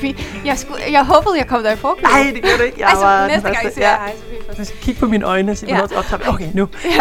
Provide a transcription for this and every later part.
Sofie. Jeg håbede, jeg kom der i forkøbet. Nej, det gør du ikke. Jeg var næste gang, siger jeg hej, Sofie. Du skal kigge på mine øjne og sige, hvornår optager. Okay, nu. Ja.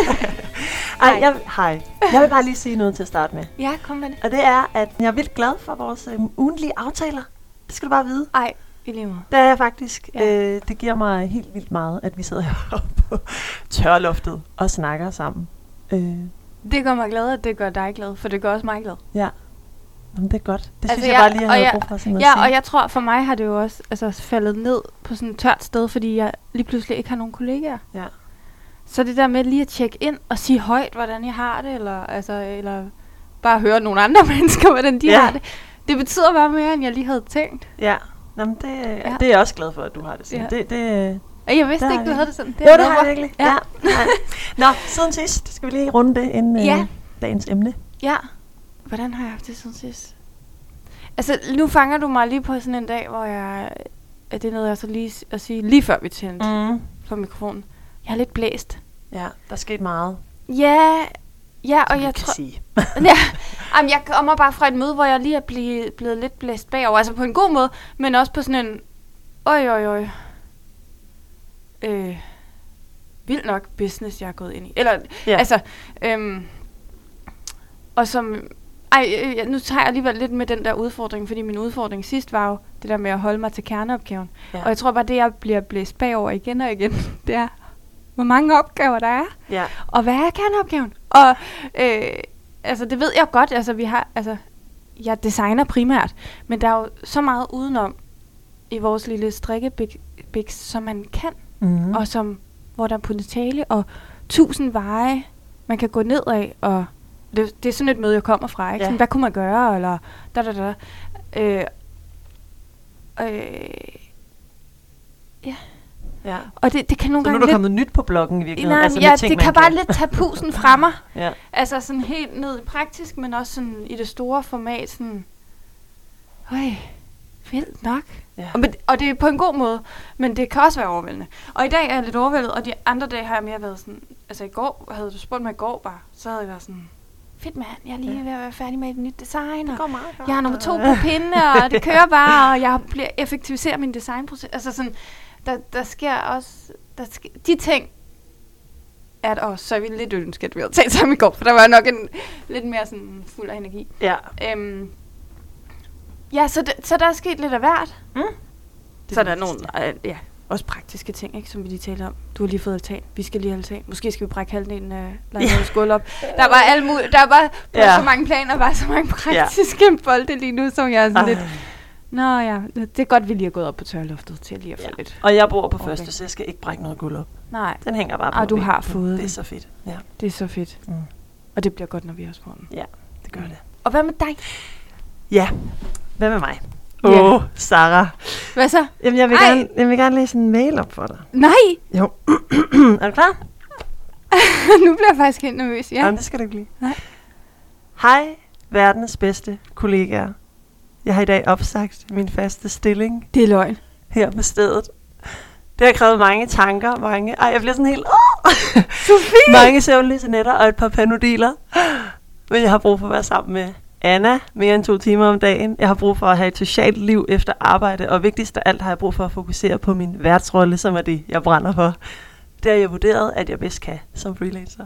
Hej. Jeg vil bare lige sige noget til at starte med. Ja, kom med det. Og det er, at jeg er vildt glad for vores ugentlige aftaler. Det skal du bare vide. Ej, i lige måde. Det er jeg faktisk. Ja. Det giver mig helt vildt meget, at vi sidder heroppe på tørloftet og snakker sammen. Det gør mig glad, at det gør dig glad, for det gør også mig glad. Ja. Jamen, det er godt. Det synes jeg bare lige, jeg havde brug for sådan noget. Ja, og jeg tror, for mig har det jo også faldet ned på sådan et tørt sted, fordi jeg lige pludselig ikke har nogen kollegaer. Ja. Så det der med lige at tjekke ind og sige højt, hvordan jeg har det, eller bare høre nogle andre mennesker, hvordan de har det. Det betyder bare mere, end jeg lige havde tænkt. Ja, jamen det er jeg også glad for, at du har det sådan. Ja. Jeg vidste ikke, du havde det sådan. Det har jeg virkelig. Ja. Nå, siden sidst skal vi lige runde det inden dagens emne. Ja. Hvordan har jeg haft det siden sidst? Altså, nu fanger du mig lige på sådan en dag, hvor det er noget, jeg så lige at sige, lige før vi tændte på mikrofonen. Jeg er lidt blæst. Ja, der skete meget. Ja, og jeg tror... sige. Jamen, jeg kommer bare fra et møde, hvor jeg lige er blevet lidt blæst bagover. Altså på en god måde, men også på sådan en... Vildt nok business, jeg er gået ind i. Eller, og som... nu tager jeg alligevel lidt med den der udfordring, fordi min udfordring sidst var jo det der med at holde mig til kerneopgaven. Ja. Og jeg tror bare, det jeg bliver blæst bagover igen og igen, det er, hvor mange opgaver der er. Ja. Og hvad er kerneopgaven? Og det ved jeg godt, jeg designer primært, men der er jo så meget udenom i vores lille strikkebiks, som man kan, og hvor der er potentiale, og 1000 veje, man kan gå ned af, og det er sådan et møde, jeg kommer fra, ikke? Ja. Sådan, hvad kunne man gøre, eller Ja. Og det kan nogle så gange nu er der kommet nyt på bloggen i virkeligheden? Nej, det kan bare lidt tage pusen fra mig. Ja. Altså sådan helt ned i praktisk, men også sådan i det store format, sådan... vildt nok. Ja. Og det er på en god måde, men det kan også være overvældende. Og i dag er jeg lidt overvældet, og de andre dage har jeg mere været sådan... Altså i går, havde du spurgt mig i går bare, så havde jeg været sådan... Fedt mand, jeg er lige ved at være færdig med et nyt design, og jeg har nummer 2 på pinde, og det kører bare, og jeg bliver effektiviseret min designproces. Altså sådan, der sker også... de ting, så er vi lidt ønske, at vi havde talt sammen i går, for der var nok en lidt mere sådan fuld af energi. Ja. Så der er sket lidt af hvert. Så der er nogle, også praktiske ting, ikke, som vi lige talte om. Du har lige fået altan. Vi skal lige have altan. Måske skal vi brække halvdelen af lejlighedens gulv op. Der var alt muligt. Der var så mange planer, bare så mange praktiske bolde lige nu, som jeg er sådan lidt... Nå ja, det er godt, vi lige er gået op på tørloftet til lige at få lidt. Og jeg bor på første, så jeg skal ikke brække noget gulv op. Nej. Den hænger bare på. Og du har fået det. Er så fedt. Ja. Det er så fedt. Og det bliver godt, når vi også får den. Ja, det gør det. Og hvad med dig? Ja, hvad med mig? Sarah. Hvad så? Jamen, jeg vil gerne læse en mail op for dig. Nej! Jo. Er du klar? Nu bliver jeg faktisk helt nervøs, ja. Jamen, det skal det ikke blive. Nej. Hej, verdens bedste kollegaer. Jeg har i dag opsagt min faste stilling. Det er løgn. Her på stedet. Det har krævet mange tanker, jeg bliver sådan helt... Sofie! Mange søvnløse nætter og et par panodiler. Men jeg har brug for at være sammen med Anna mere end 2 timer om dagen. Jeg har brug for at have et socialt liv efter arbejde, og vigtigst af alt har jeg brug for at fokusere på min værtsrolle, som er det, jeg brænder for. Det har jeg vurderet, at jeg bedst kan som freelancer.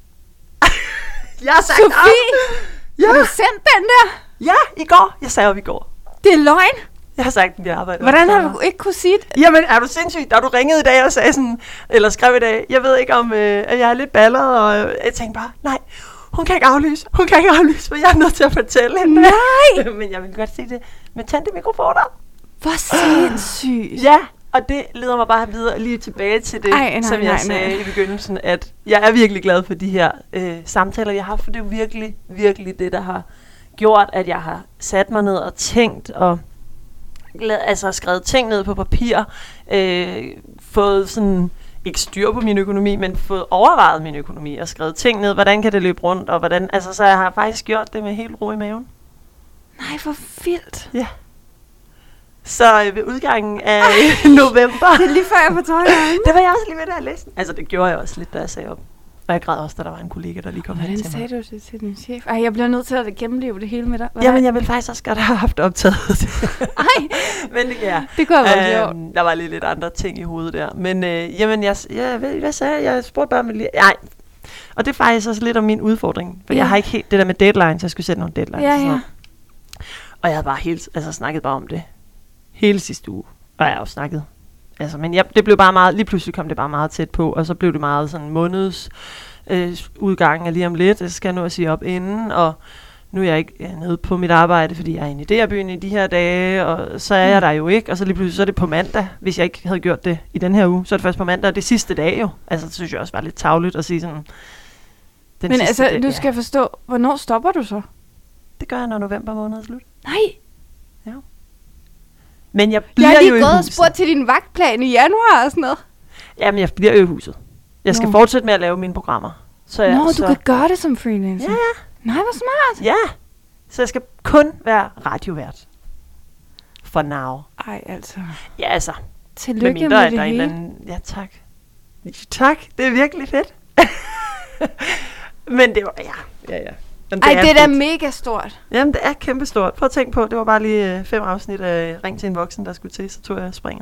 Jeg har sagt Sofie! Ja. Har du sendt den der? Ja, i går. Jeg sagde op i går. Det er løgn. Jeg har sagt, at jeg arbejder. Hvordan har du ikke kunne sige det? Jamen, er du sindssygt? Da du ringede i dag og sagde sådan, eller skrev i dag, jeg ved ikke om, at jeg er lidt balleret, og jeg tænkte bare, nej, hun kan ikke aflyse, for jeg er nødt til at fortælle hende. Nej! Men jeg vil godt sige det med tændte mikrofoner. Hvor sindssygt. Ja, og det leder mig bare videre lige tilbage til det, som jeg sagde i begyndelsen, at jeg er virkelig glad for de her samtaler, jeg har haft, for det er virkelig, virkelig det, der har gjort, at jeg har sat mig ned og tænkt, og skrevet ting ned på papir, fået sådan, ikke styr på min økonomi, men fået overvejet min økonomi, og skrevet ting ned, hvordan kan det løbe rundt, og hvordan, så jeg har faktisk gjort det med helt ro i maven. Nej, hvor vildt. Ja. Så ved udgangen af november. Det er lige før jeg får tøj. Det var jeg også lige ved, da jeg læste. Altså, det gjorde jeg også lidt, da jeg sagde op. Og jeg græd også, da der var en kollega, der lige kom hen til mig. Hvordan sagde du det til din chef? Ej, jeg bliver nødt til at gennemleve det hele med dig. Jamen, jeg ville faktisk også godt have haft optaget det. Ej, men ja, det kunne have været der var lige lidt andre ting i hovedet der. Men jamen, hvad sagde jeg? Jeg spurgte bare med lige... Nej. Og det er faktisk også lidt om min udfordring. For jeg har ikke helt det der med deadlines. Jeg skulle sætte nogle deadlines. Ja. Og jeg havde bare snakket bare om det hele sidste uge. Og jeg har også snakket. Altså, men det blev bare meget... Lige pludselig kom det bare meget tæt på. Og så blev det meget sådan måneds udgang af lige om lidt. Jeg skal nå at sige op inden. Og nu er jeg ikke nede på mit arbejde, fordi jeg er inde i DR-byen i de her dage. Og så er jeg der jo ikke. Og så lige pludselig så er det på mandag. Hvis jeg ikke havde gjort det i den her uge, så er det først på mandag. Og det sidste dag jo. Altså, det synes jeg også var lidt tarveligt at sige sådan... Men altså, dag, du skal forstå, hvornår stopper du så? Det gør jeg, når november måned er slut. Nej. Ja. Men jeg bliver jo i huset. Jeg har lige gået og spurgt til din vagtplan i januar og sådan noget. Jamen, jeg bliver jo i huset. Jeg skal fortsætte med at lave mine programmer. Du kan gøre det som freelancer. Ja. Nej, hvor smart. Ja. Så jeg skal kun være radiovært. For now. Ej, altså. Ja, altså. Tillykke med det hele. Ja, tak. Tak, det er virkelig fedt. Men det var, ja. Jamen, det er da mega stort. Jamen, det er kæmpestort. Prøv at tænke på, det var bare lige 5 afsnit af Ring til en voksen, der skulle til, så tog jeg springet.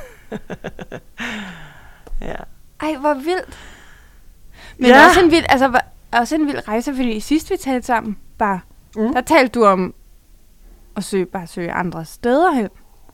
Ja. Ej, hvor vildt. Men også en vild rejse, fordi sidst vi talte sammen, der talte du om at søge andre steder hen.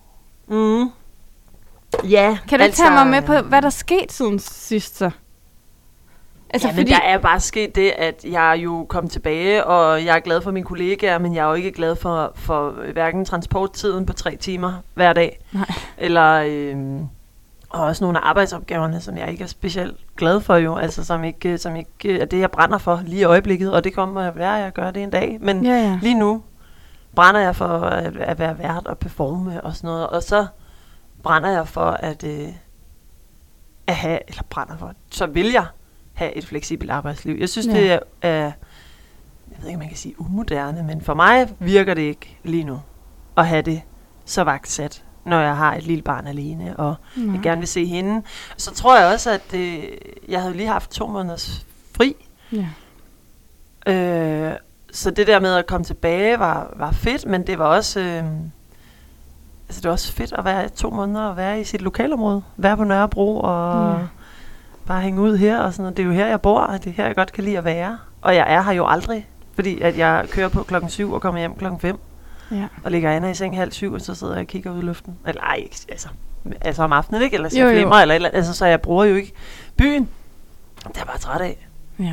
Ja. Kan du ikke tage mig med på, hvad der skete siden sidst så? Altså, men der er bare sket det, at jeg er jo kommet tilbage, og jeg er glad for mine kollegaer, men jeg er jo ikke glad for hverken transporttiden på 3 timer hver dag. Nej. Eller og også nogle af arbejdsopgaverne, som jeg ikke er specielt glad for jo, altså som ikke er det, jeg brænder for lige i øjeblikket, og det kommer at være, at jeg gør det en dag. Men lige nu brænder jeg for at være vært og performe og sådan noget, og så brænder jeg for at have, eller så vil jeg have et fleksibelt arbejdsliv. Jeg synes, det er, jeg ved ikke, om man kan sige umoderne, men for mig virker det ikke lige nu at have det så vagtsat, når jeg har et lille barn alene, og jeg gerne vil se hende. Så tror jeg også, at jeg havde lige haft 2 måneders fri. Ja. Så det der med at komme tilbage var fedt, men det var også... det var også fedt at være 2 måneder og være i sit lokalområde. Være på Nørrebro og bare hænge ud her og sådan noget. Det er jo her, jeg bor, og det er her, jeg godt kan lide at være. Og jeg er her jo aldrig, fordi at jeg kører på 7:00 og kommer hjem 5:00. Ja. Og ligger Anna i seng 6:30, og så sidder jeg og kigger ud i luften. Eller ej, altså om aftenen, ikke? Eller så flimmer, eller altså, så jeg bruger jo ikke byen. Det er jeg bare træt af. Ja.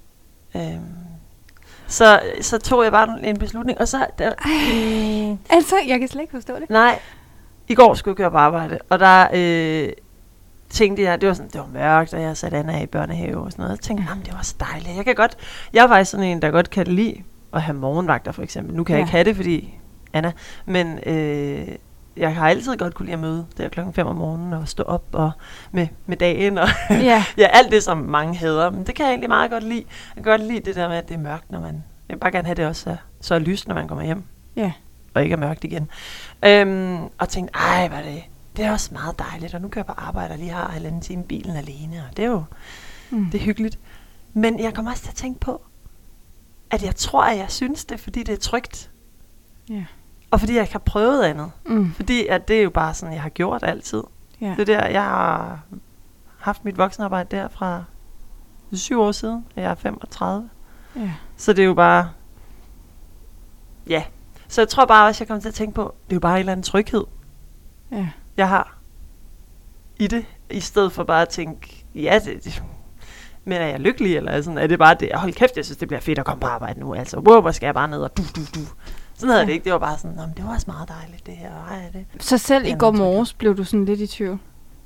Så tog jeg bare en beslutning, og så... Altså, jeg kan slet ikke forstå det. Nej. I går skulle jeg køre på arbejde, og der tænkte jeg, det var mørkt, og jeg satte Anna i børnehave og sådan noget. Jeg tænkte, det var så dejligt. Jeg er faktisk sådan en, der godt kan lide at have morgenvagter, for eksempel. Nu kan jeg ikke have det, fordi Anna, men jeg har altid godt kunne lide at møde der 5:00 om morgenen og stå op og med dagen og alt det, som mange hader. Men det kan jeg egentlig meget godt lide. Jeg kan godt lide det der med, at det er mørkt, når man... Jeg vil bare gerne have det også så lyst, når man kommer hjem. Ja. Og ikke er mørkt igen. Og tænkte, hvad er det? Det er også meget dejligt, og nu kører jeg på arbejde og lige har 1,5 time i bilen alene, og det er jo det er hyggeligt. Men jeg kommer også til at tænke på, at jeg tror, at jeg synes det, fordi det er trygt. Ja. Og fordi jeg ikke har prøvet andet. Fordi at det er jo bare sådan, jeg har gjort altid. Ja. Det der, jeg har haft mit voksenarbejde der fra 7 år siden, og jeg er 35. Ja. Så det er jo bare... Ja. Så jeg tror bare også, jeg kommer til at tænke på, det er jo bare en eller anden tryghed, jeg har i det, i stedet for bare at tænke, men er jeg lykkelig, eller sådan, er det bare det, hold kæft, jeg synes, det bliver fedt at komme på arbejde nu, altså, hvor skal jeg bare ned, og du. Sådan havde det ikke, det var bare sådan, det var også meget dejligt, det her, det. Så selv i går morges blev du sådan lidt i tvivl?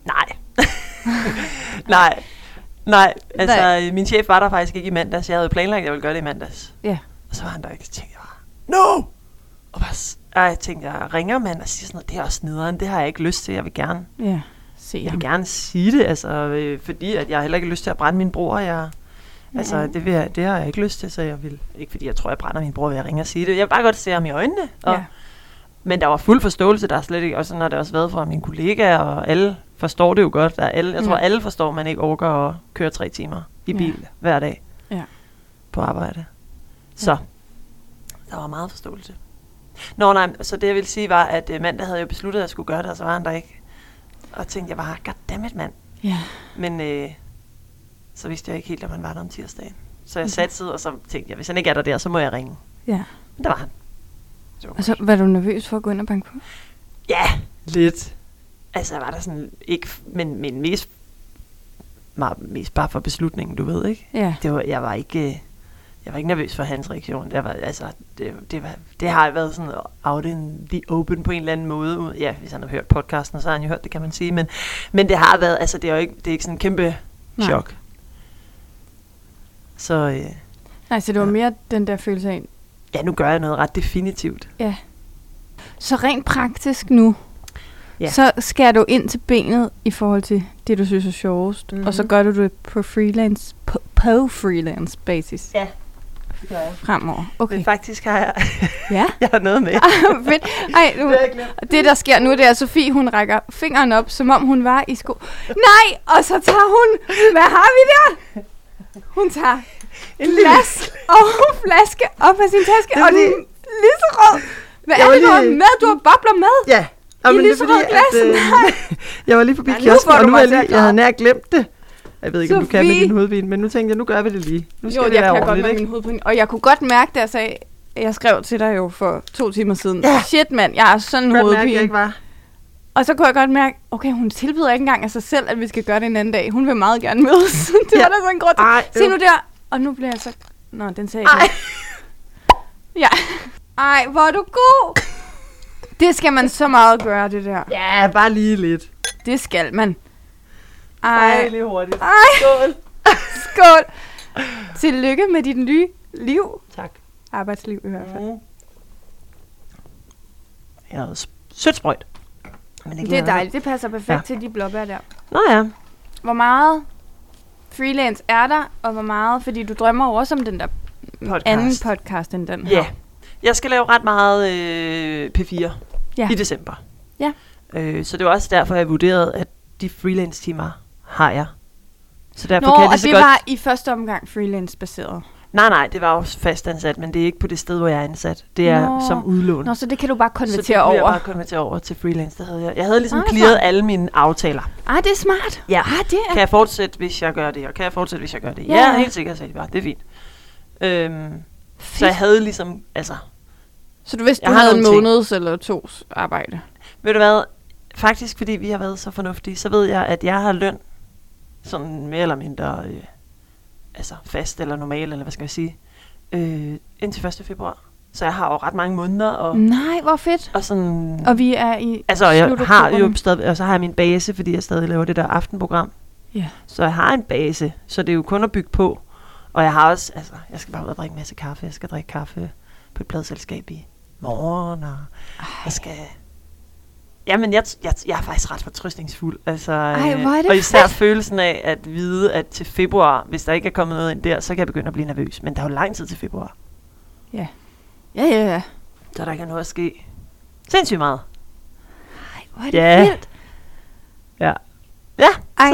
Nej, altså, min chef var der faktisk ikke i mandags, jeg havde planlagt, at jeg ville gøre det i mandags. Ja. Og så var han der ikke, så tænkte jeg bare, no! Og bare, jeg tænkte, jeg ringer mand og siger sådan noget, det er også nederen, det har jeg ikke lyst til, jeg vil gerne. Ja. Jeg vil gerne sige det, altså, fordi at jeg heller ikke har lyst til at brænde min bror. Altså, det har jeg ikke lyst til, så jeg vil... Ikke fordi jeg tror, jeg brænder min bror ved at ringe og sige det. Jeg vil bare godt se ham i øjnene. Men der var fuld forståelse, der er slet ikke... Og sådan har det også været fra mine kollegaer, og alle forstår det jo godt. Jeg tror, alle forstår, at man ikke orker at køre 3 timer. i bil hver dag på arbejde. Så der var meget forståelse. Nå nej, så det jeg ville sige var, at mandag havde jeg besluttet, at jeg skulle gøre det, og så var han der ikke. Og tænkte jeg bare, goddammit mand. Ja. Men så vidste jeg ikke helt, om han var der om tirsdagen. Så jeg satte og så tænkte jeg, hvis han ikke er der, så må jeg ringe. Ja. Men der var han. Og så var du nervøs for at gå ind og banke på? Ja, lidt. Altså jeg var der sådan, ikke, men mest bare for beslutningen, du ved, ikke? Ja. Jeg var ikke nervøs for hans reaktion. Det har været sådan out in the open på en eller anden måde. Ja, hvis han har hørt podcasten, så har han jo hørt det, kan man sige. Men det har været, altså det er ikke sådan en kæmpe chok. Så nej, så det var mere den der følelse af, ja, nu gør jeg noget ret definitivt. Ja. Så rent praktisk nu, så skærer du ind til benet i forhold til det, du synes er sjovest, og så gør du det på freelance basis. Ja, det gør jeg. Fremover. Okay. Men faktisk har jeg, jeg har noget med. Fedt. Det der sker nu, det er, at Sofie, hun rækker fingeren op, som om hun var i sko. Nej, og så tager hun, hvad har vi der? Hun tager en glas og flaske op af sin taske, og den er lyserød. Hvad er det for med? Du har bobler med? Ja. I lyserød glas? Jeg var lige forbi kiosken, og nu jeg havde nær glemt det. Jeg ved ikke, om du kan med din hovedpine, men nu tænkte jeg, nu gør vi det lige. Nu skal det være jeg kan godt med min hovedpine. Og jeg kunne godt mærke, da jeg skrev til dig jo for 2 timer siden. Ja. Shit, mand, jeg har sådan en hovedpine. Jeg ikke var. Og så kunne jeg godt mærke, okay, hun tilbyder ikke engang af sig selv, at vi skal gøre det en anden dag. Hun vil meget gerne mødes. Det var da sådan en grund til. Se nu der. Og nu bliver jeg så... Nå, den sagde jeg ikke. Ja. Ej, hvor er du god. Det skal man så meget gøre, det der. Ja, bare lige lidt. Det skal man. Ej, lige hurtigt. Ej. Skål. Skål. Tillykke med dit nye liv. Tak. Arbejdsliv i hvert fald. Jeg har sødt sprøjt. Det er dejligt. Det passer perfekt til de blåbær der. Nå ja. Hvor meget freelance er der, og hvor meget, fordi du drømmer jo også om den der anden podcast end den her. Ja. Jeg skal lave ret meget P4 i december. Ja. Så det var også derfor, jeg vurderede, at de freelance-timer har jeg. Så derfor kan det så det godt... var i første omgang freelance-baseret? Nej, det var også fastansat, men det er ikke på det sted, hvor jeg er ansat. Det er som udlån. Nå, så det kan du bare konvertere over? Så det kan jeg bare konvertere over til freelance. Jeg havde ligesom clearet alle mine aftaler. Det er smart. Ja. Kan jeg fortsætte, hvis jeg gør det? Og kan jeg fortsætte, hvis jeg gør det? Ja, helt sikkert, sagde de bare. Det er fint. Så jeg havde ligesom, altså... Så du vidste, du havde en måneds eller 2 arbejde? Ved du hvad? Faktisk, fordi vi har været så fornuftige, så ved jeg, at jeg har løn sådan mere eller mindre altså fast eller normal, eller hvad skal jeg sige, indtil 1. februar. Så jeg har jo ret mange måneder. Og nej, hvor fedt. Og, sådan, og vi er i altså, jeg har jo stadig, og så har jeg min base, fordi jeg stadig laver det der aftenprogram. Ja. Så jeg har en base, så det er jo kun at bygge på. Og jeg har også, altså, jeg skal bare ud og drikke en masse kaffe. Jeg skal drikke kaffe på et pladselskab i morgen, og jeg skal... Jamen, jeg er faktisk ret fortrøstningsfuld. Altså, og især følelsen af at vide, at til februar, hvis der ikke er kommet noget ind der, så kan jeg begynde at blive nervøs. Men der er jo lang tid til februar. Ja. Ja. Så der kan noget at ske. Sindssygt meget. Ej, hvor er det vildt. Ja. Ja.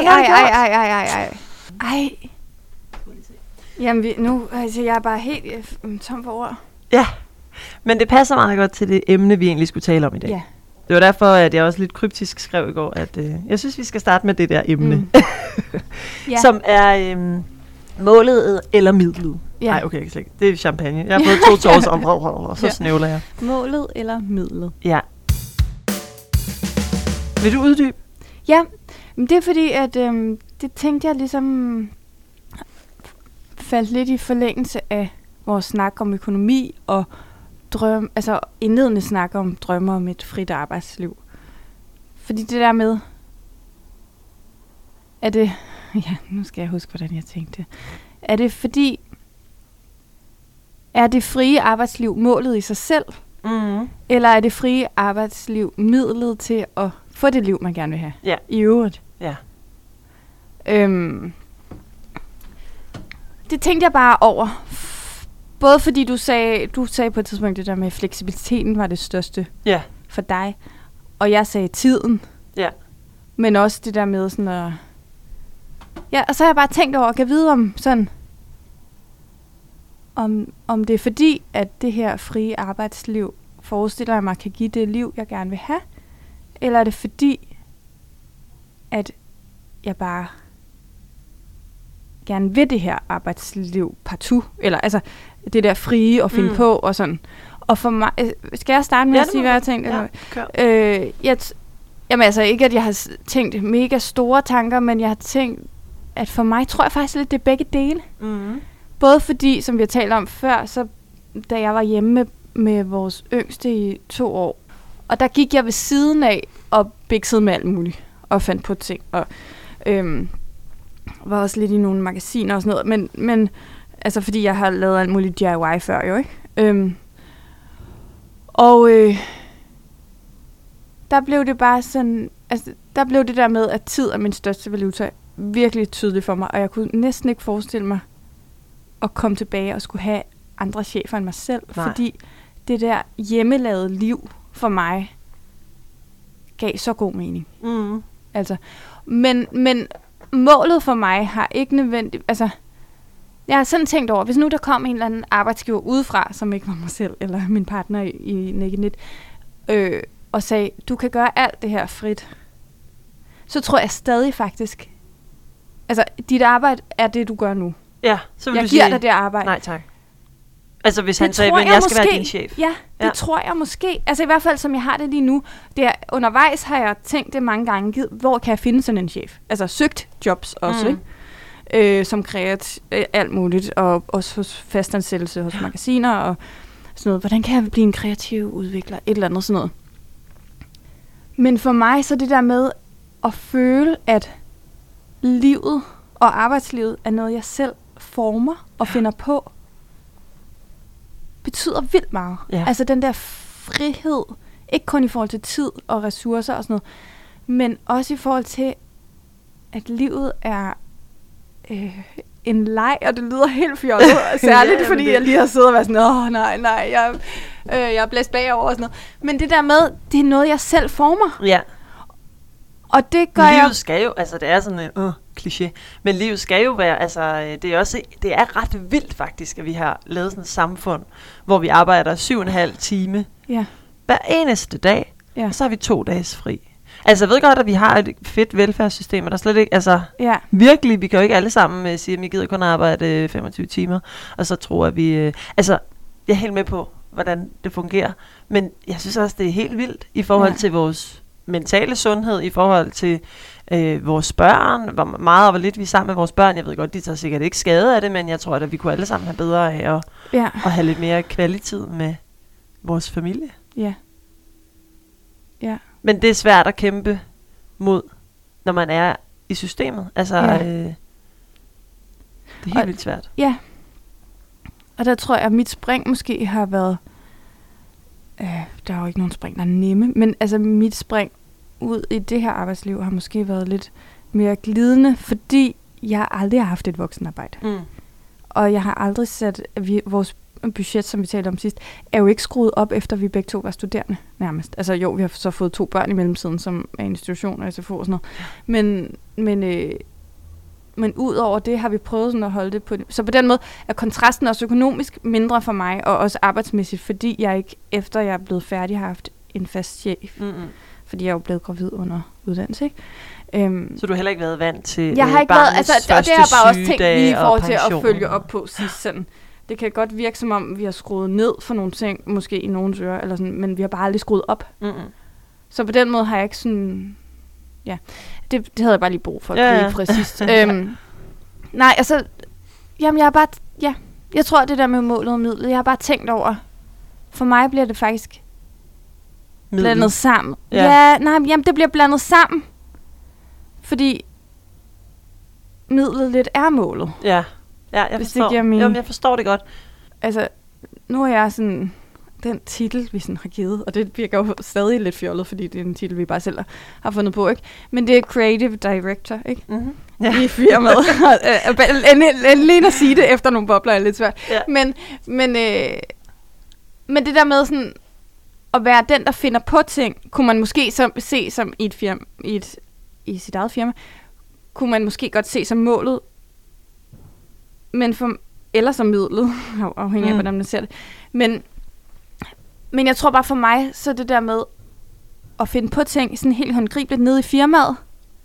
Ej. Jamen, nu, altså, jeg er bare helt tom for ord. Ja. Men det passer meget godt til det emne, vi egentlig skulle tale om i dag. Ja. Det var derfor, at jeg også lidt kryptisk skrev i går, at jeg synes, vi skal starte med det der emne. Som er målet eller midlet. Nej, okay, slet ikke. Det er champagne. Jeg har fået 2 tårs om, og så snøvler jeg. Målet eller midlet. Ja. Vil du uddybe? Ja, men det er fordi, at det tænkte jeg ligesom faldt lidt i forlængelse af vores snak om økonomi og altså indledende snak om drømmer om et frit arbejdsliv. Fordi det der med, er det, nu skal jeg huske, hvordan jeg tænkte. Er det fordi, er det frie arbejdsliv målet i sig selv? Mm. Eller er det frie arbejdsliv midlet til at få det liv, man gerne vil have? Ja. I øvrigt. Ja. Det tænkte jeg bare over. Både fordi du sagde på et tidspunkt, det der med fleksibiliteten var det største for dig. Og jeg sagde tiden. Ja. Men også det der med sådan at... Ja, og så har jeg bare tænkt over, at jeg vide om sådan, om det er fordi, at det her frie arbejdsliv forestiller jeg mig, kan give det liv, jeg gerne vil have, eller er det fordi, at jeg bare gerne vil det her arbejdsliv partout, eller altså det der frie at finde på og sådan. Og for mig, skal jeg starte med at sige, hvad jeg har tænkt? Jamen altså ikke, at jeg har tænkt mega store tanker, men jeg har tænkt, at for mig tror jeg faktisk lidt, det er begge dele. Mm-hmm. Både fordi, som vi har talt om før, så da jeg var hjemme med vores yngste i 2 år, og der gik jeg ved siden af og biksede med alt muligt, og fandt på ting, og var også lidt i nogle magasiner og sådan noget, men altså fordi jeg har lavet alt muligt DIY før jo, ikke? Der blev det bare sådan, altså der blev det der med, at tid er min største valuta virkelig tydeligt for mig, og jeg kunne næsten ikke forestille mig at komme tilbage og skulle have andre chefer end mig selv, fordi det der hjemmelavede liv for mig gav så god mening. Mm. Altså, men målet for mig har ikke nødvendigt, altså jeg har sådan tænkt over, hvis nu der kom en eller anden arbejdsgiver udefra, som ikke var mig selv eller min partner i Naked Knit, og sagde, du kan gøre alt det her frit, så tror jeg stadig faktisk, altså dit arbejde er det, du gør nu. Ja, så vil jeg du giver sige, dig det arbejde. Nej tak. Altså hvis han sagde, at jeg skal være din chef. Ja, det tror jeg måske. Altså i hvert fald, som jeg har det lige nu. Undervejs har jeg tænkt det mange gange, hvor kan jeg finde sådan en chef? Altså søgt jobs også, ikke? Som kreativ, alt muligt, og også hos fastansættelse, hos magasiner og sådan noget. Hvordan kan jeg blive en kreativ udvikler? Et eller andet sådan noget. Men for mig så det der med at føle, at livet og arbejdslivet er noget, jeg selv former og finder på, betyder vildt meget. Ja. Altså den der frihed, ikke kun i forhold til tid og ressourcer og sådan noget, men også i forhold til, at livet er en leg, og det lyder helt fjollet, særligt fordi jeg lige har siddet og været sådan, nej, jeg er blæst bagover og sådan noget. Men det der med, det er noget, jeg selv former. Ja. Og det gør livet skal jo, altså det er sådan en kliché, men livet skal jo være, altså det er ret vildt faktisk, at vi har lavet sådan et samfund, hvor vi arbejder 7,5 time hver eneste dag, og så har vi 2 dages fri. Altså jeg ved godt, at vi har et fedt velfærdssystem, og der slet ikke, altså virkelig, vi kan jo ikke alle sammen sige, at vi gider kun arbejde 25 timer, og så tror at vi, altså jeg er helt med på, hvordan det fungerer, men jeg synes også, det er helt vildt i forhold til vores mentale sundhed, i forhold til vores børn, hvor meget og hvor lidt vi er sammen med vores børn. Jeg ved godt, de tager sikkert ikke skade af det, men jeg tror, at vi kunne alle sammen have bedre af at have lidt mere kvalitet med vores familie. Ja. Ja. Men det er svært at kæmpe mod, når man er i systemet. Altså, det er helt vildt svært. Ja. Og der tror jeg, at mit spring måske har været, der er jo ikke nogen spring, der er nemme, men altså mit spring ud i det her arbejdsliv har måske været lidt mere glidende, fordi jeg aldrig har haft et voksenarbejde. Mm. Og jeg har aldrig sat, vores budget, som vi talte om sidst, er jo ikke skruet op, efter vi begge to var studerende, nærmest. Altså jo, vi har så fået 2 børn i mellemtiden, som er institution og SFO og sådan noget. Men ud over det har vi prøvet sådan at holde det på det. Så på den måde er kontrasten også økonomisk mindre for mig, og også arbejdsmæssigt, fordi jeg ikke, efter jeg er blevet færdig, har haft en fast chef. Mm-hmm. Fordi jeg er jo blevet gravid under uddannelse, ikke? Så du har heller ikke været vant til jeg har ikke været, altså, og det har jeg bare også tænkt lige i forhold til at følge op på sidst sådan. Det kan godt virke som om, vi har skruet ned for nogle ting, måske i nogens ører, eller sådan, men vi har bare aldrig skruet op. Mm-hmm. Så på den måde har jeg ikke sådan... Ja, det havde jeg bare lige brug for at blive præcist. Nej, altså... Jamen, jeg har bare... Ja, jeg tror, det der med målet og midlet, jeg har bare tænkt over... For mig bliver det faktisk... blandet sammen. Jamen, det bliver blandet sammen. Fordi... midlet lidt er målet. Ja, jeg forstår. Jamen, jeg forstår det godt. Altså, nu er jeg sådan... Den titel, vi sådan har givet, og det virker jo stadig lidt fjollet, fordi det er en titel, vi bare selv har fundet på, ikke? Men det er Creative Director, ikke? Mm-hmm. Ja. I firmaet. Alene at sige det efter nogle bobler er lidt svært. Ja. Men det der med sådan at være den, der finder på ting, kunne man måske se som i et firma, i sit eget firma, kunne man måske godt se som målet, men eller som midlet, afhængig af, hvordan man ser det. Men jeg tror bare for mig, så det der med at finde på ting sådan helt håndgribeligt nede i firmaet,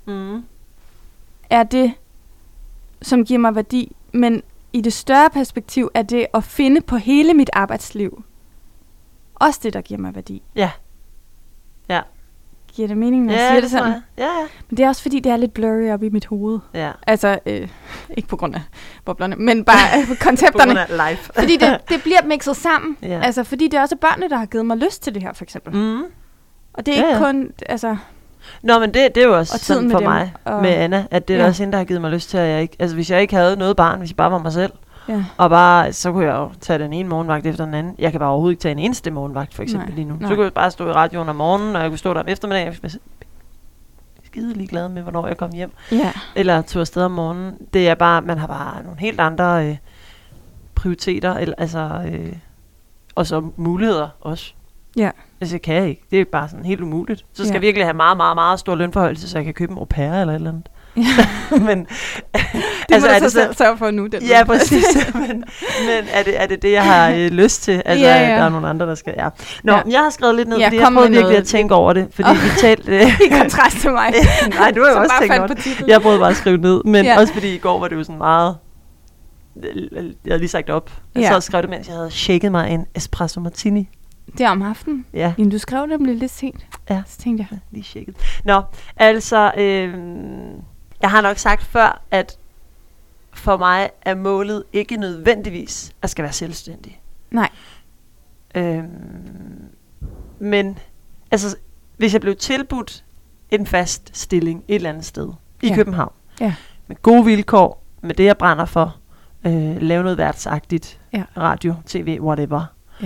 er det, som giver mig værdi. Men i det større perspektiv er det at finde på hele mit arbejdsliv også det, der giver mig værdi. Ja. Ja. Giver det mening, når jeg siger det sådan? Ja. Men det er også, fordi det er lidt blurry op i mit hoved. Ja. Altså, ikke på grund af boblerne, men bare koncepterne. på grund af life. Fordi det bliver mixet sammen. Ja. Altså, fordi det er også børnene, der har givet mig lyst til det her, for eksempel. Og det er ikke kun, altså... Nå, men det er jo også sådan for mig med Anna, at det er også hende, der har givet mig lyst til, at jeg ikke... Altså, hvis jeg ikke havde noget barn, hvis jeg bare var mig selv, og bare, så kunne jeg jo tage den ene morgenvagt efter den anden. Jeg kan bare overhovedet ikke tage en eneste morgenvagt, for eksempel lige nu. Så kunne jeg bare stå i radioen om morgenen, og jeg kunne stå der om eftermiddagen. Jeg var skide ligeglad med, hvornår jeg kom hjem. Eller tog afsted om morgenen. Det er bare, man har bare nogle helt andre prioriteter, eller, altså, og så muligheder også. Ja. Altså, jeg kan ikke. Det er bare sådan helt umuligt. Så skal jeg virkelig have meget, meget, meget stor lønforhøjelse, så jeg kan købe en au pair eller et eller andet. Men det altså, må du så selv sørge for nu. Ja, præcis. men er det jeg har lyst til? Altså, der er nogle andre, der skal... Ja. Nå, jeg har skrevet lidt ned, fordi jeg prøvede virkelig at tænke over det. Fordi vi talte... I kontrast til mig. Nej, du har jo også tænkt over det. Jeg prøvede bare at skrive ned. Men også fordi i går var det jo sådan meget... Jeg havde lige sagt op. Jeg sad og skrev det, mens jeg havde shaket mig en espresso martini. Det er om aftenen? Ja. Jamen, du skrev nemlig lidt sent. Ja. Så tænkte jeg. Lige shaket. Nå, altså... jeg har nok sagt før, at for mig er målet ikke nødvendigvis at skal være selvstændig. Nej. Men altså, hvis jeg blev tilbudt en fast stilling et eller andet sted i København, med gode vilkår, med det jeg brænder for, lave noget værtsagtigt, radio, tv, whatever,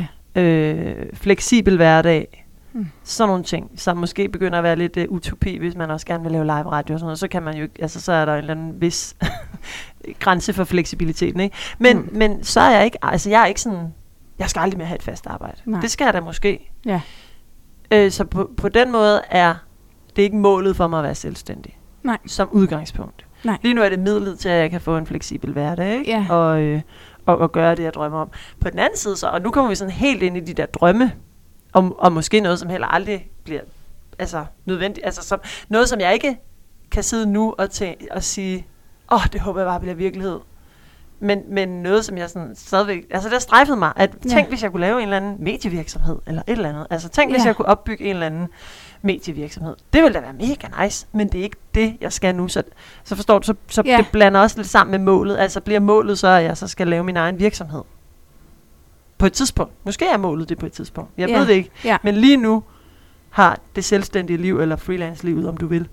fleksibel hverdag, sådan nogle ting, som måske begynder at være lidt utopi, hvis man også gerne vil lave live radio og sådan noget, så kan man jo, altså så er der en eller anden vis grænse for fleksibiliteten, ikke? Men så er jeg ikke, altså jeg er ikke sådan, jeg skal aldrig mere have et fast arbejde. Nej. Det skal jeg da måske. Ja. Så på den måde er det ikke målet for mig at være selvstændig. Nej. Som udgangspunkt. Nej. Lige nu er det midlet til, at jeg kan få en fleksibel hverdag, ikke? Ja. Og gøre det, jeg drømmer om. På den anden side så, og nu kommer vi sådan helt ind i de der drømme, og måske noget, som heller aldrig bliver nødvendigt. Altså som, noget, som jeg ikke kan sidde nu og sige, det håber jeg bare bliver virkelighed. Men noget, som jeg sådan stadigvæk... Altså, det har strejfet mig, at tænk, hvis jeg kunne lave en eller anden medievirksomhed, eller et eller andet. Altså, tænk, hvis jeg kunne opbygge en eller anden medievirksomhed. Det ville da være mega nice, men det er ikke det, jeg skal nu. Så forstår du, så det blander også lidt sammen med målet. Altså, bliver målet så, at jeg så skal lave min egen virksomhed? På et tidspunkt. Måske er målet det på et tidspunkt. Jeg ved det ikke. Ja. Men lige nu har det selvstændige liv, eller freelance-livet, om du vil,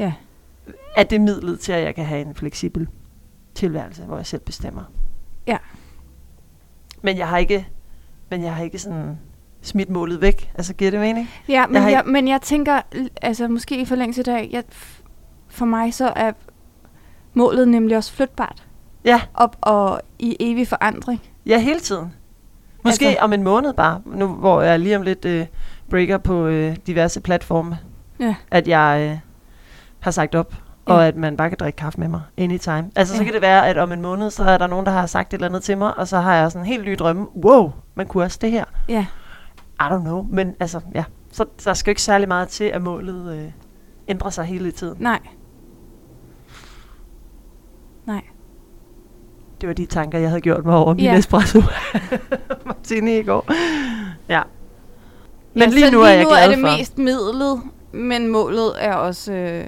er det midlet til, at jeg kan have en fleksibel tilværelse, hvor jeg selv bestemmer. Ja. Men jeg har ikke sådan smidt målet væk. Altså, giver det mening? Ja, men jeg tænker, altså måske i forlængelse af, for mig så er målet nemlig også flytbart. Ja. Op og i evig forandring. Ja, hele tiden. Måske om en måned bare, nu hvor jeg lige om lidt breaker på diverse platforme, at jeg har sagt op, og at man bare kan drikke kaffe med mig anytime. Altså så kan det være, at om en måned, så er der nogen, der har sagt et eller andet til mig, og så har jeg sådan en helt ny drømme. Wow, man kunne også det her. Ja. I don't know, men altså, så der skal jo ikke særlig meget til, at målet ændrer sig hele tiden. Nej. Det var de tanker, jeg havde gjort mig over min espresso martini i går. Ja. Men lige nu er jeg glad for. Er det mest midlet, men målet er også...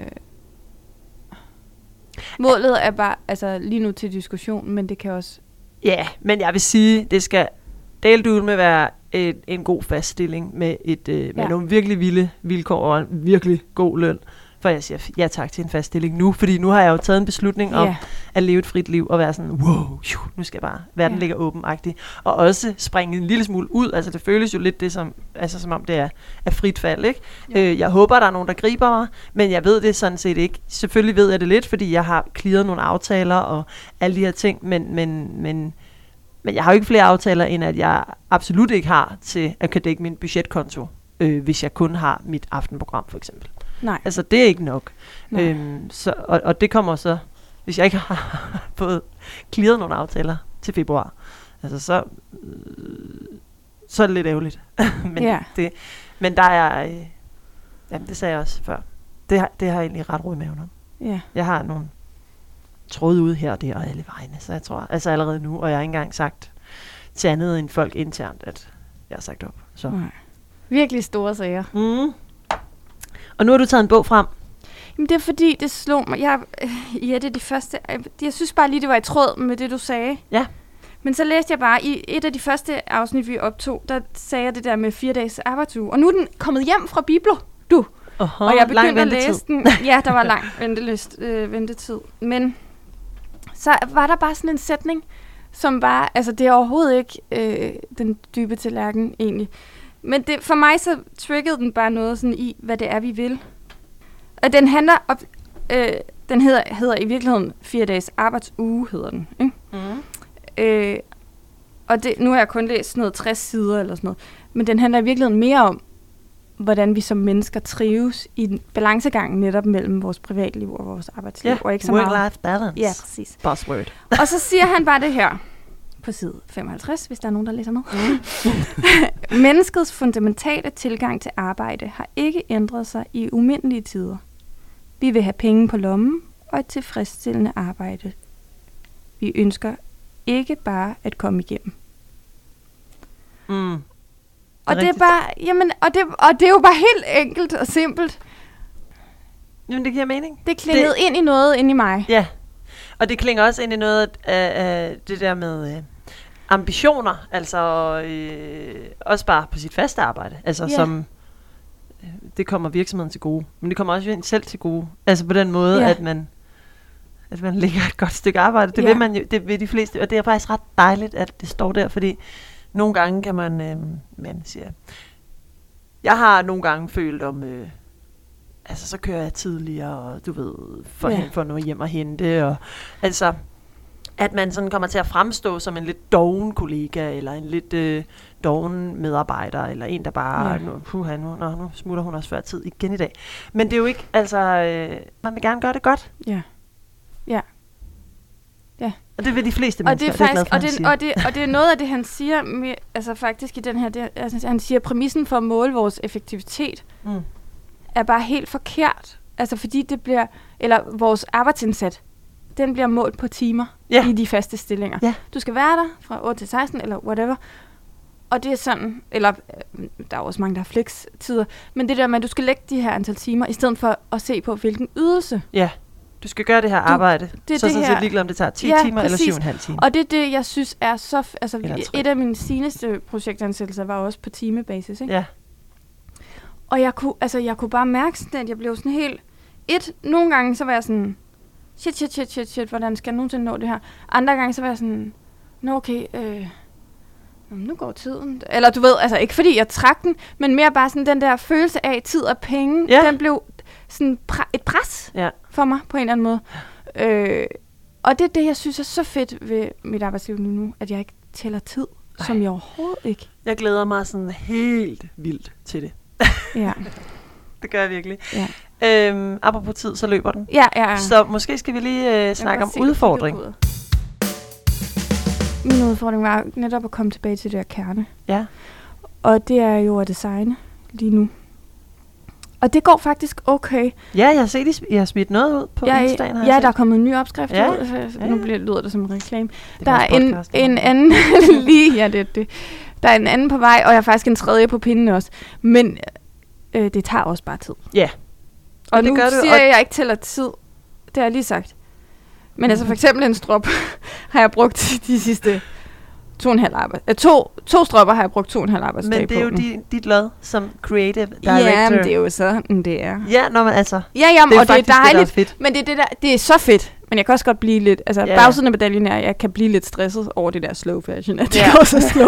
målet er bare, altså lige nu til diskussion, men det kan også... Ja, men jeg vil sige, det skal delt med være en god fast stilling med med nogle virkelig vilde vilkår og en virkelig god løn. For jeg siger ja tak til en fast stilling nu, fordi nu har jeg jo taget en beslutning om at leve et frit liv og være sådan, wow, nu skal jeg bare, verden ligger åben-agtig. Og også springe en lille smule ud, altså det føles jo lidt det som, altså som om det er frit fald, ikke? Ja. Jeg håber, der er nogen, der griber mig, men jeg ved det sådan set ikke. Selvfølgelig ved jeg det lidt, fordi jeg har clearet nogle aftaler og alle de her ting, men jeg har jo ikke flere aftaler, end at jeg absolut ikke har til at kan dække min budgetkonto, hvis jeg kun har mit aftenprogram, for eksempel. Nej. Altså, det er ikke nok. Og det kommer så, hvis jeg ikke har fået clearet nogle aftaler til februar, altså så er det lidt ærgerligt. Men der er, jamen det sagde jeg også før, det har jeg egentlig ret ro i maven om. Ja. Jeg har nogle tråde ude her og der og alle vegne, så jeg tror, altså allerede nu, og jeg har ikke engang sagt til andet end folk internt, at jeg har sagt op. Så. Virkelig store sager. Og nu har du taget en bog frem. Jamen det er fordi, det slog mig. Det er de første. Jeg synes bare lige, det var i tråd med det, du sagde. Ja. Men så læste jeg bare, i et af de første afsnit, vi optog, der sagde jeg det der med 4 dages arbejdsuge. Og nu er den kommet hjem fra Biblo, du. Og jeg begyndte at læse den. Ja, der var lang ventetid. Men så var der bare sådan en sætning, som bare, altså det er overhovedet ikke den dybe tallerken egentlig. Men for mig så triggede den bare noget sådan i, hvad det er, vi vil. Og den handler om, den hedder i virkeligheden 4 dages arbejdsuge, hedder den. Ikke? Og nu har jeg kun læst noget 60 sider eller sådan noget. Men den handler i virkeligheden mere om, hvordan vi som mennesker trives i balancegangen netop mellem vores privatliv og vores arbejdsliv. Og ikke så meget work-life balance. Ja, præcis. Buzzword. Og så siger han bare det her på side 55, hvis der er nogen, der læser med. Menneskets fundamentale tilgang til arbejde har ikke ændret sig i umindelige tider. Vi vil have penge på lommen og et tilfredsstillende arbejde. Vi ønsker ikke bare at komme igennem. Og det er bare, jamen, og det er jo bare helt enkelt og simpelt. Jamen, det giver mening. Det klingede ind i noget inde i mig. Ja, og det klinger også ind i noget af det der med ambitioner, altså også bare på sit faste arbejde, altså som det kommer virksomheden til gode, men det kommer også en selv til gode, altså på den måde, at man lægger et godt stykke arbejde, det vil man jo, det vil de fleste, og det er faktisk ret dejligt, at det står der, fordi nogle gange kan man siger, jeg har nogle gange følt om, altså så kører jeg tidligere, og du ved, for noget hjem og hente, og altså, at man sådan kommer til at fremstå som en lidt doven kollega, eller en lidt doven medarbejder, eller en, der bare, nu smutter hun også før tid igen i dag. Men det er jo ikke, altså, man vil gerne gøre det godt. Ja. Og det vil de fleste mennesker, og det er faktisk, og det er noget af det, han siger, med, altså faktisk i den her, han siger, præmissen for at måle vores effektivitet, er bare helt forkert. Altså fordi det bliver, eller vores arbejdsindsat, den bliver målt på timer i de faste stillinger. Ja. Du skal være der fra 8 til 16, eller whatever. Og det er sådan, eller der er også mange, der har flex-tider, men det der med, at du skal lægge de her antal timer, i stedet for at se på, hvilken ydelse. Ja, du skal gøre det her arbejde, så er ligeglad, om det tager 10 timer præcis. Eller 7,5 timer. Og det er det, jeg synes er så, altså et af mine seneste projektansættelser var også på timebasis, ikke? Ja. Og jeg kunne bare mærke sådan, at jeg blev sådan helt, nogle gange så var jeg sådan, shit, hvordan skal jeg nogensinde nå det her? Andre gange så var jeg sådan, okay, nu går tiden. Eller du ved, altså ikke fordi jeg trak den, men mere bare sådan den der følelse af tid og penge, den blev sådan et pres for mig på en eller anden måde. Og det er det, jeg synes er så fedt ved mit arbejdsliv nu, at jeg ikke tæller tid, som jeg overhovedet ikke. Jeg glæder mig sådan helt vildt til det. Ja. Det gør jeg virkelig. Ja. Apropos tid, så løber den. Ja. Så måske skal vi lige snakke om udfordring. Min udfordring var netop at komme tilbage til det her kerne. Ja. Og det er jo at designe lige nu. Og det går faktisk okay. Ja, jeg har set, at I har smidt noget ud på Instagram. Ja, der er kommet en ny opskrift ud. Nu lyder det som en reklame. Der er en anden Der er en anden på vej, og jeg har faktisk en tredje på pinden også. Men det tager også bare tid. Ja. Og nu siger jeg ikke tæller tid. Det har jeg lige sagt. Men altså for eksempel en strop har jeg brugt de sidste 2,5 arbejde. To stropper har jeg brugt 2,5 arbejdsdage på. Men det er jo dit lod som creative director. Ja, men det er jo sådan, det er. Ja, men altså. Ja, det og det er dejligt. Fedt. Men det er så fedt. Men jeg kan også godt blive lidt, altså bagsiden af medaljen er, jeg kan blive lidt stresset over det der slow fashion. At det går så slow.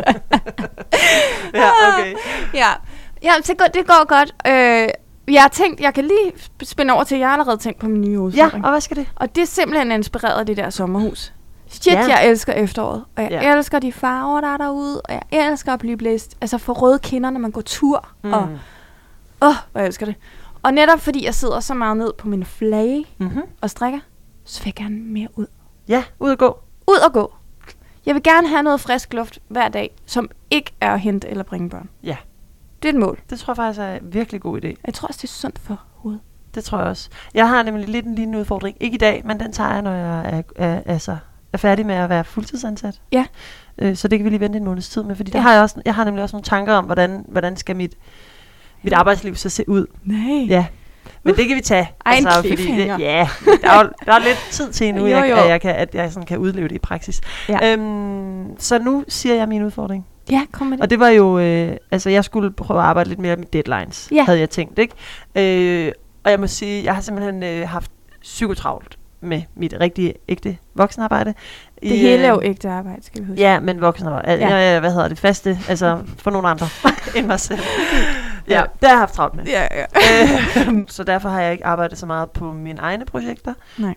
Ja, okay. Ja, det går godt. Jeg har tænkt, jeg kan lige spænde over til, jeg har allerede tænkt på min nye udfordring. Ja, og hvad skal det? Og det er simpelthen inspireret af det der sommerhus. Shit, jeg elsker efteråret, og jeg elsker de farver, der er derude, og jeg elsker at blive blæst, altså få røde kinder, når man går tur, og hvor jeg elsker det. Og netop fordi jeg sidder så meget ned på min flage og strikker, så vil jeg gerne mere ud. Ja, ud og gå. Ud og gå. Jeg vil gerne have noget frisk luft hver dag, som ikke er at hente eller bringe børn. Ja. Det er et mål. Det tror jeg faktisk er en virkelig god idé. Jeg tror også, det er sundt for hovedet. Det tror jeg også. Jeg har nemlig lidt en lignende udfordring. Ikke i dag, men den tager jeg, når jeg er færdig med at være fuldtidsansat. Ja. Så det kan vi lige vente en måneds tid med, fordi der har jeg har nemlig også nogle tanker om, hvordan skal mit arbejdsliv så se ud. Nej. Ja. Men det kan vi tage. Ej, fordi der er lidt tid til nu, at jeg sådan kan udleve det i praksis. Ja. Så nu siger jeg min udfordring. Ja, kom med det. Og det var jo, jeg skulle prøve at arbejde lidt mere med deadlines, havde jeg tænkt, ikke? Og jeg må sige, jeg har simpelthen haft psykotravlt med mit rigtige, ægte voksenarbejde. Det hele er jo ægte arbejde, skal vi huske. Ja, men voksenarbejde. Faste, altså for nogle andre end mig selv. Ja, det har jeg haft travlt med. Ja. Så derfor har jeg ikke arbejdet så meget på mine egne projekter. Nej.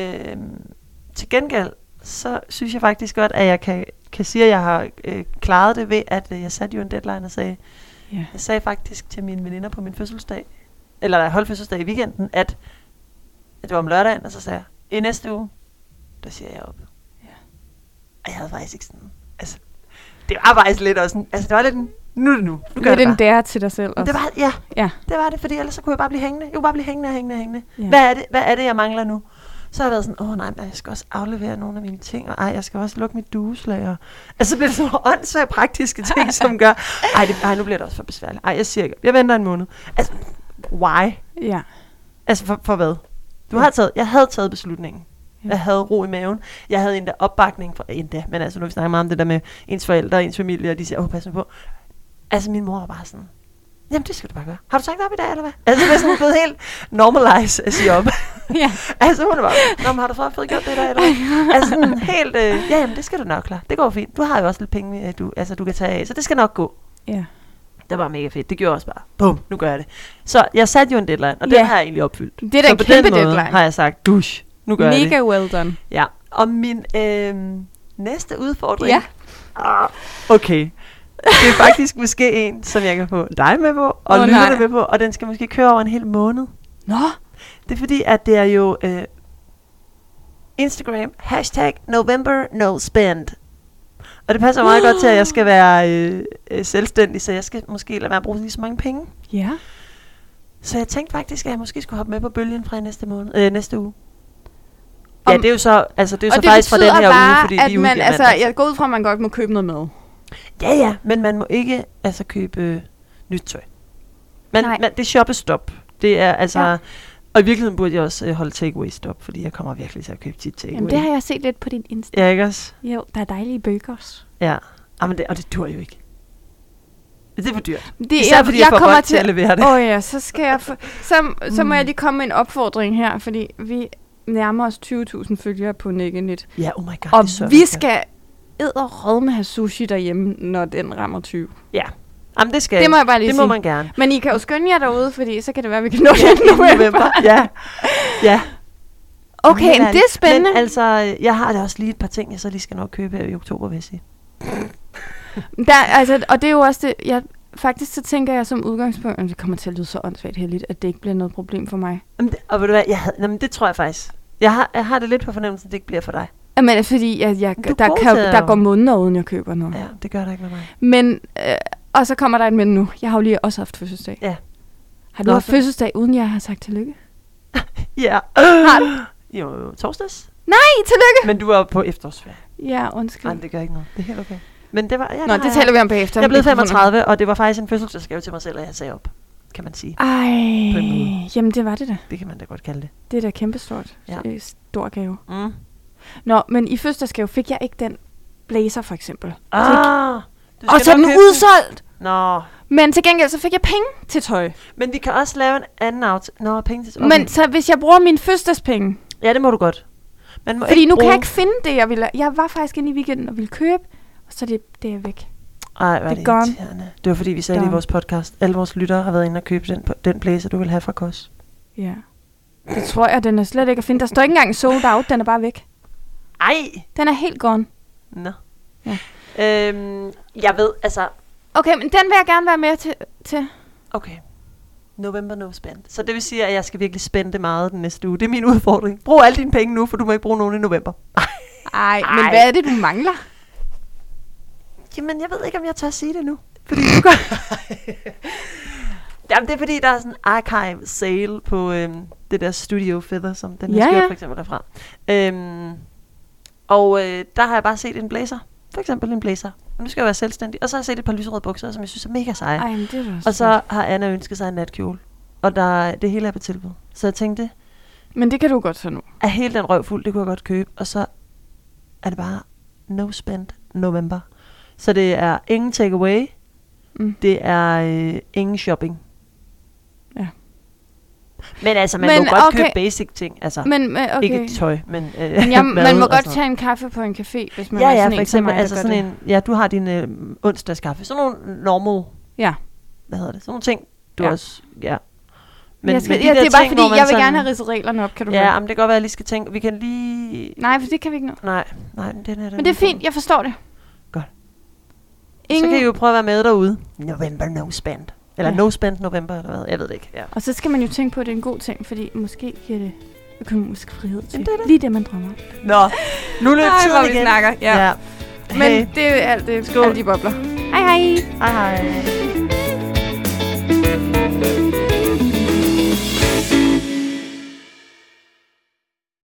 Til gengæld, så synes jeg faktisk godt, at jeg kan sige, at jeg har klaret det ved, at jeg satte jo en deadline og sagde, jeg sagde faktisk til mine veninder på min fødselsdag, eller jeg holdt fødselsdag i weekenden, at det var om lørdagen, og så sagde jeg, i næste uge, der siger jeg op. Ja. Og jeg havde faktisk ikke sådan, altså, det var faktisk lidt også sådan, altså det var lidt en, nu er det nu. Nu gør det den der til dig selv også. Det var, det var det, fordi ellers så kunne jeg bare blive hængende. Jeg kunne bare blive hængende. Ja. Hvad er det, jeg mangler nu? Så har jeg været sådan, nej, jeg skal også aflevere nogle af mine ting, og jeg skal også lukke mit dueslag. Altså, så bliver det sådan nogle åndssvagt praktiske ting, som gør, nu bliver det også for besværligt. Jeg siger ikke, jeg venter en måned. Altså, why? Ja. Altså, for hvad? Jeg havde taget beslutningen. Ja. Jeg havde ro i maven. Jeg havde endda opbakning men altså, nu vi snakker meget om det der med ens forældre og ens familie, og de siger, pas på. Altså, min mor var bare sådan, jamen, det skal du bare gøre. Har du sagt op i dag, eller hvad? Altså, det er sådan blevet helt normalized at sige op. Ja. Altså, hun er bare, har du så fået gjort det der, eller hvad? Altså, sådan helt, jamen, det skal du nok klare. Det går fint. Du har jo også lidt penge, du kan tage af, så det skal nok gå. Ja. Det var mega fedt. Det gjorde også bare, bum, nu gør jeg det. Så jeg satte jo en deadline, og den har jeg egentlig opfyldt. Det er da en kæmpe deadline. Har jeg sagt, dusch, nu gør jeg det. Mega well done. Ja, og min næste udfordring. Ja. Okay. Det er faktisk måske en, som jeg kan få dig med på, og lytterne med på, og den skal måske køre over en hel måned. Nå. Det er fordi, at det er jo Instagram, #NovemberNoSpend. Og det passer meget godt til, at jeg skal være selvstændig, så jeg skal måske lade være at bruge lige så mange penge. Ja. Så jeg tænkte faktisk, at jeg måske skulle hoppe med på bølgen fra næste uge. Ja, det er jo så, altså det er jo så faktisk fra den her uge, fordi de udgiver mandag. Jeg går ud fra, at man godt må købe noget mad. Ja, men man må ikke købe nyt tøj. Det er shoppestop. Det er altså, og i virkeligheden burde jeg også holde takeaway stop, fordi jeg kommer virkelig til at købe tit takeaway. Jamen det har jeg set lidt på din Insta. Ja, ikke også? Jo, der er dejlige burgers. Ja, og det dur jo ikke. Det er for dyrt. Især fordi jeg får folk til at levere det. Så skal jeg så må jeg lige komme med en opfordring her, fordi vi nærmer os 20.000 følgere på Nikkenyt. Ja, oh my god. Og vi skal edderrødme have sushi derhjemme, når den rammer 20. Ja. Jamen, det skal det må jeg bare lige sige. Det må man gerne. Men I kan jo skynde jer derude, fordi så kan det være, vi kan nå det i november. Ja. Okay, men det er spændende. Men altså, jeg har da også lige et par ting, jeg så lige skal nok købe i oktober, vil jeg sige. Og det er jo også det, faktisk så tænker jeg som udgangspunkt, at det kommer til at lyde så åndssvagt heldigt, at det ikke bliver noget problem for mig. Og ved du hvad, det tror jeg faktisk. Jeg har det lidt på fornemmelsen, at det ikke bliver for dig. Men fordi der går måneder uden jeg køber noget. Ja, det gør der ikke med mig. Men, og så kommer der et men nu. Jeg har jo lige også haft fødselsdag. Ja. Har du haft fødselsdag, uden jeg har sagt tillykke? Ja. Har du? Jo, torsdags. Nej, tillykke! Men du var på efterårsferie. Ja, undskyld. Nej, det gør ikke noget. Det er helt okay. Men det var, det taler vi om bagefter. Jeg er blevet 35, og det var faktisk en fødselsdagsgave til mig selv, at jeg sagde op, kan man sige. Jamen det var det da. Det kan man da godt kalde det. Det er da kæmpestort. Ja. Stor gave. Mm. Nå, men i fødselsdagsgave fik jeg ikke den blazer, for eksempel. Og så er den udsolgt! Nå. Men til gengæld, så fik jeg penge til tøj. Men vi kan også lave en anden aftale. Penge til tøj. Okay. Men så hvis jeg bruger mine fødselsdagspenge... Ja, det må du godt. Man må fordi nu kan jeg ikke finde det, jeg ville... Jeg var faktisk inde i weekenden og ville købe, og så det er væk. Ej, hvad er det irriterende. Det var fordi, vi sagde i vores podcast, alle vores lyttere har været inde og købe den blazer, du vil have fra Kos. Ja. Det tror jeg, den er slet ikke at finde. Der står ikke engang sold out, den er bare væk. Ej! Den er helt gone. Nå. Ja. Jeg ved, altså... Okay, men den vil jeg gerne være med til. Okay. November no spend. Så det vil sige, at jeg skal virkelig spænde meget den næste uge. Det er min udfordring. Brug alle dine penge nu, for du må ikke bruge nogen i november. Ej, men hvad er det, du mangler? Jamen, jeg ved ikke, om jeg tør at sige det nu. Fordi du gør... Jamen, det er fordi, der er sådan en archive sale på det der Studio Feather, som den her skjort for eksempel derfra. Der har jeg bare set en blazer. For eksempel en blazer. Og nu skal jeg være selvstændig. Og så har jeg set et par lyserøde bukser, som jeg synes er mega seje. Ej, det er og så har Anna ønsket sig en natkjole. Og det hele er på tilbud. Så jeg tænkte... Men det kan du godt så nu. At hele den røv fuld, det kunne jeg godt købe. Og så er det bare no spend November. Så det er ingen takeaway. Det er ingen shopping. Ja. Men altså, man må godt købe basic ting. Altså, okay. Ikke tøj, men man må godt tage en kaffe på en café, hvis man er sådan for eksempel, en, altså sådan en, ja, du har din onsdagskaffe. Sådan nogle normal, hvad hedder det, sådan nogle ting, du også, Men det er bare fordi, jeg vil gerne have ridset reglerne op, kan du men det kan godt være, at jeg lige skal tænke, vi kan lige... Nej, for det kan vi ikke nå. Nej, men det er fint, jeg forstår det. Godt. Så kan I jo prøve at være med derude. November no spend. Eller no spend November, eller hvad, jeg ved det ikke. Ja. Og så skal man jo tænke på, at det er en god ting, fordi måske giver det økonomisk frihed til. Det. Lige det, man drømmer. Nå, nu løb tiden igen. Vi snakker, ja. Men det er alt det. Skål. Alle de bobler. Hej hej. Hej hej.